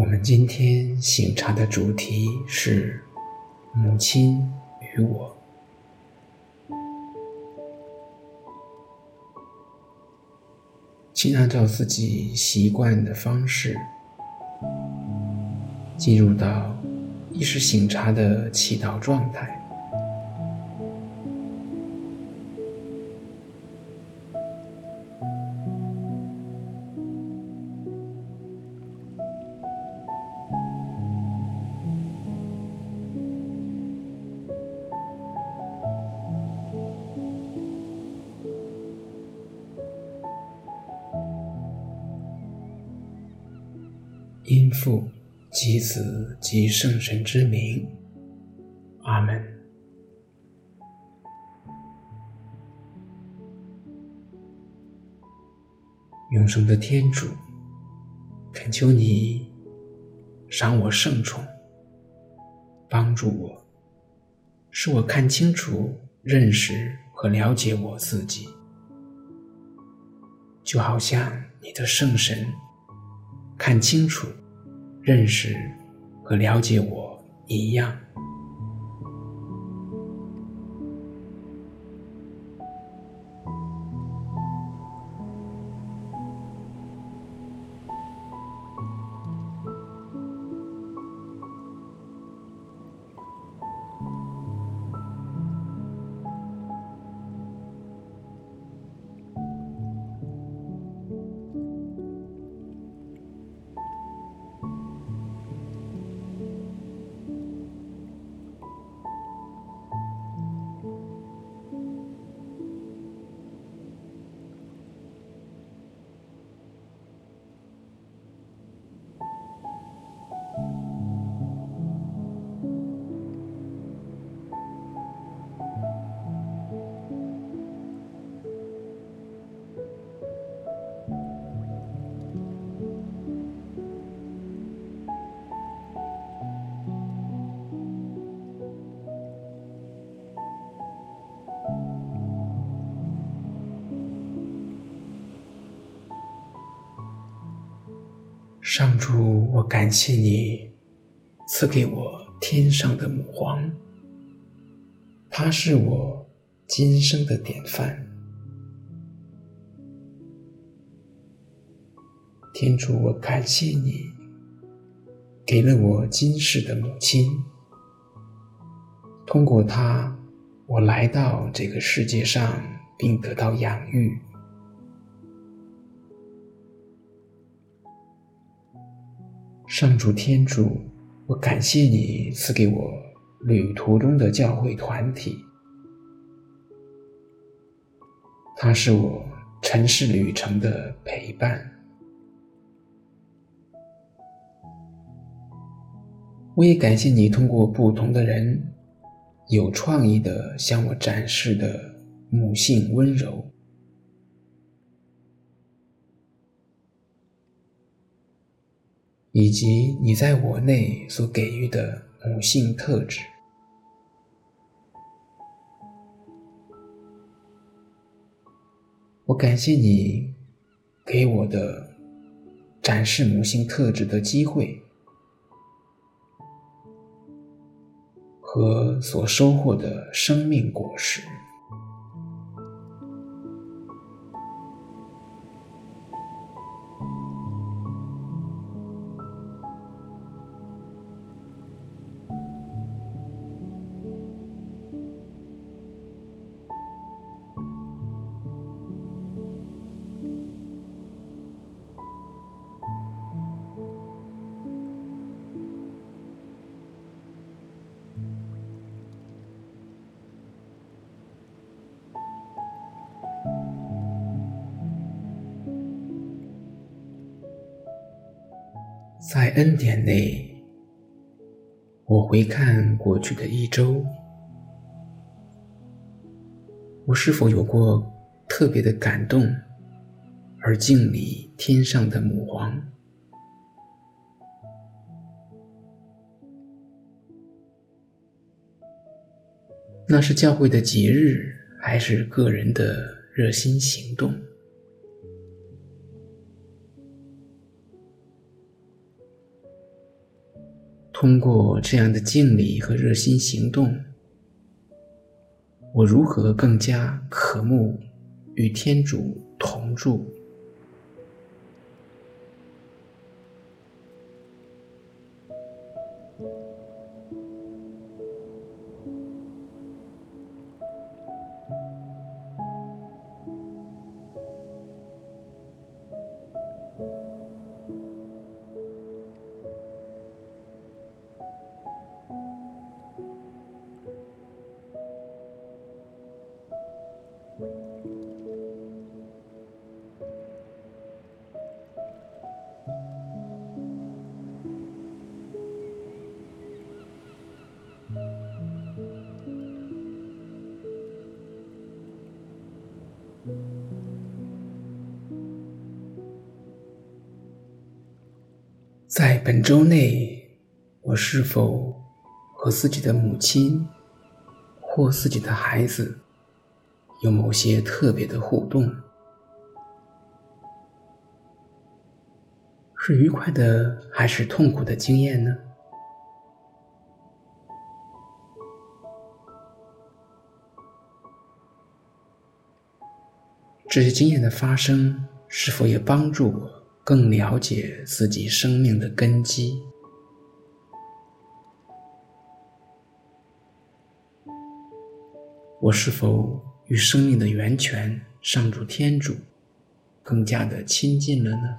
我们今天醒茶的主题是母亲与我。请按照自己习惯的方式进入到意识醒茶的祈祷状态。因父及子及圣神之名，阿们。永生的天主，恳求你赏我圣宠，帮助我，使我看清楚、认识和了解我自己，就好像你的圣神看清楚、认识和了解我一样。上主，我感谢你赐给我天上的母皇，她是我今生的典范。天主，我感谢你给了我今世的母亲，通过她，我来到这个世界上并得到养育。上主天主，我感谢你赐给我旅途中的教会团体，它是我尘世旅程的陪伴。我也感谢你通过不同的人有创意地向我展示的母性温柔，以及你在我内所给予的母性特质。我感谢你给我的展示母性特质的机会和所收获的生命果实。在恩典内，我回看过去的一周，我是否有过特别的感动而敬礼天上的母皇？那是教会的节日，还是个人的热心行动？ 通过这样的敬礼和热心行动，我如何更加渴慕与天主同住？在本周内，我是否和自己的母亲或自己的孩子有某些特别的互动？是愉快的还是痛苦的经验呢？这些经验的发生，是否也帮助我更了解自己生命的根基？我是否与生命的源泉上主天主更加的亲近了呢？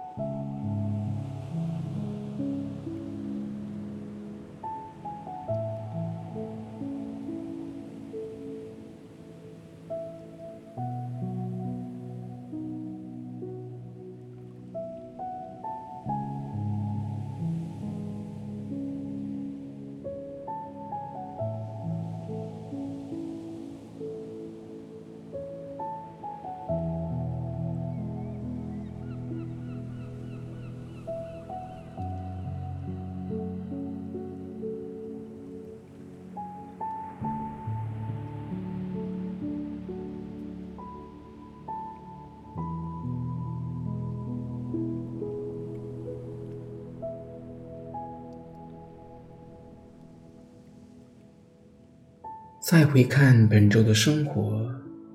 再回看本周的生活，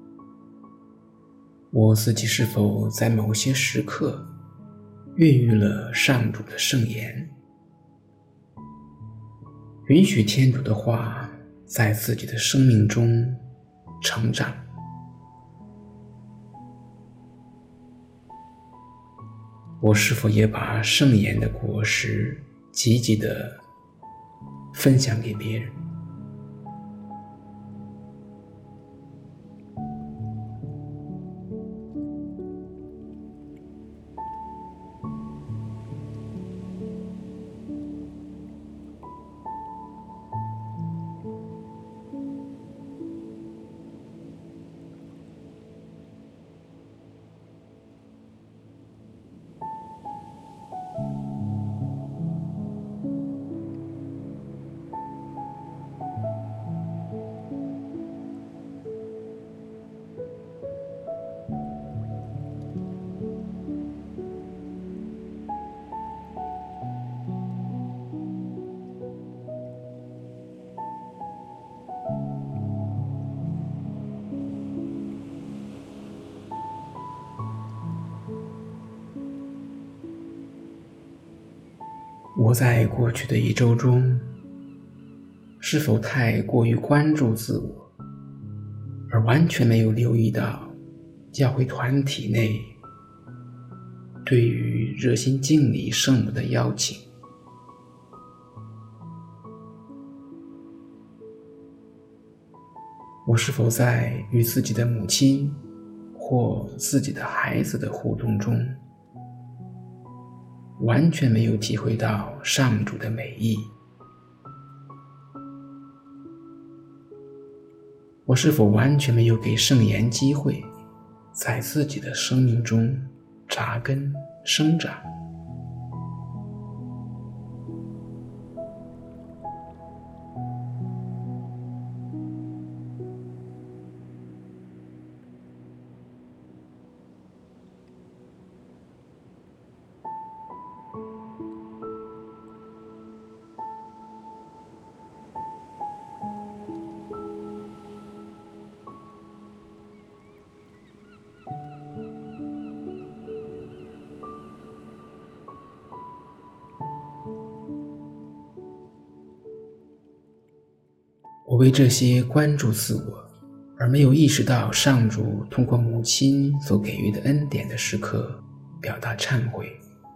我自己是否在某些时刻孕育了上主的圣言，允许天主的话在自己的生命中成长？我是否也把圣言的果实积极地分享给别人？我在过去的一周中，是否太过于关注自我，而完全没有留意到教会团体内对于热心敬礼圣母的邀请？我是否在与自己的母亲或自己的孩子的互动中，完全没有体会到上主的美意？我是否完全没有给圣言机会在自己的生命中扎根生长？ 我为这些关注自我而没有意识到上主通过母亲所给予的恩典的时刻表达忏悔。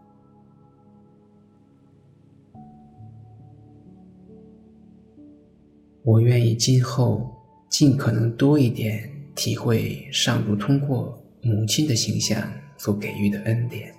我愿意今后尽可能多一点体会上主通过母亲的形象所给予的恩典。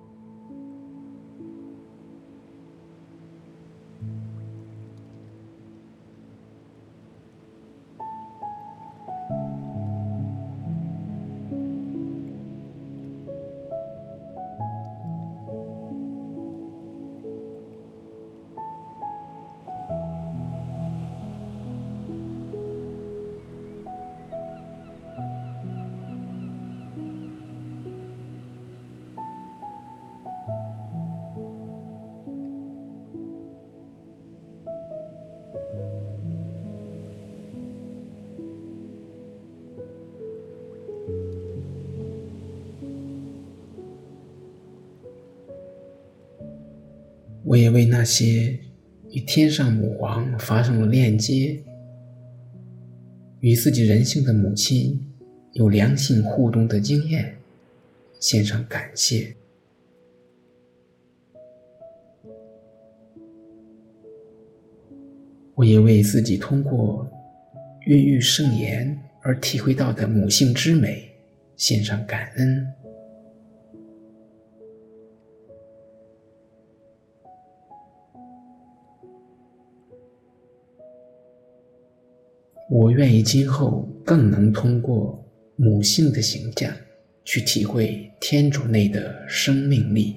我也为那些与天上母皇发生了链接，与自己人性的母亲有良性互动的经验献上感谢。我也为自己通过孕育圣言而体会到的母性之美献上感恩。我愿意今后更能通过母性的形象去体会天主内的生命力。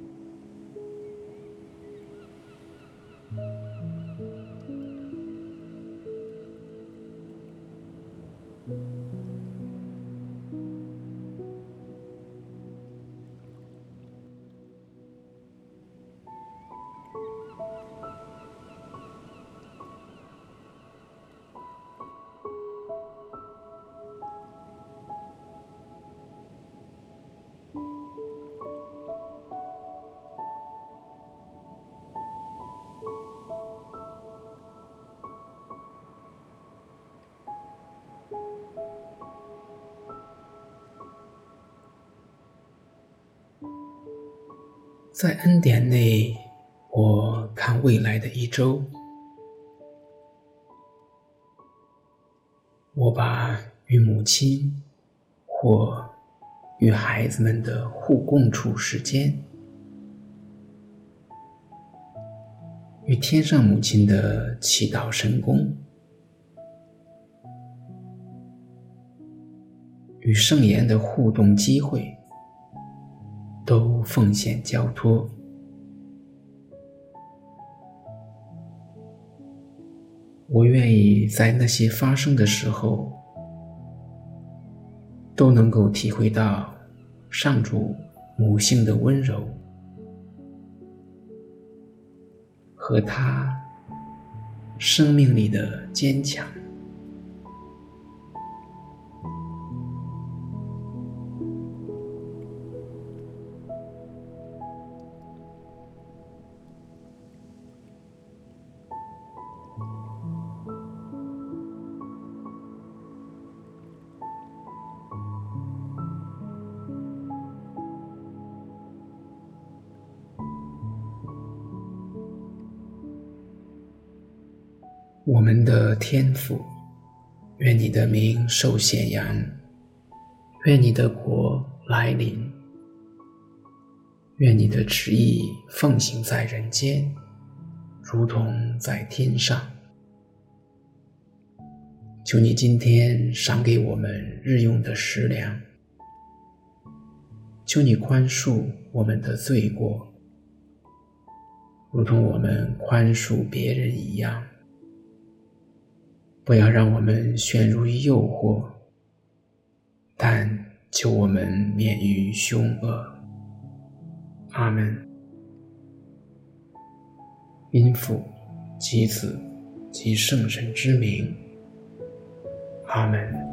在恩典内，我看未来的一周，我把与母亲或与孩子们的互共处时间，与天上母亲的祈祷神功，与圣言的互动机会，都奉献交托。我愿意在那些发生的时候，都能够体会到上主母性的温柔和他生命力的坚强。我们的天父，愿你的名受显扬，愿你的国来临，愿你的旨意奉行在人间，如同在天上。求你今天赏给我们日用的食粮，求你宽恕我们的罪过，如同我们宽恕别人一样。不要让我们陷入诱惑，但求我们免于凶恶。阿们。因父及子及圣神之名。阿们。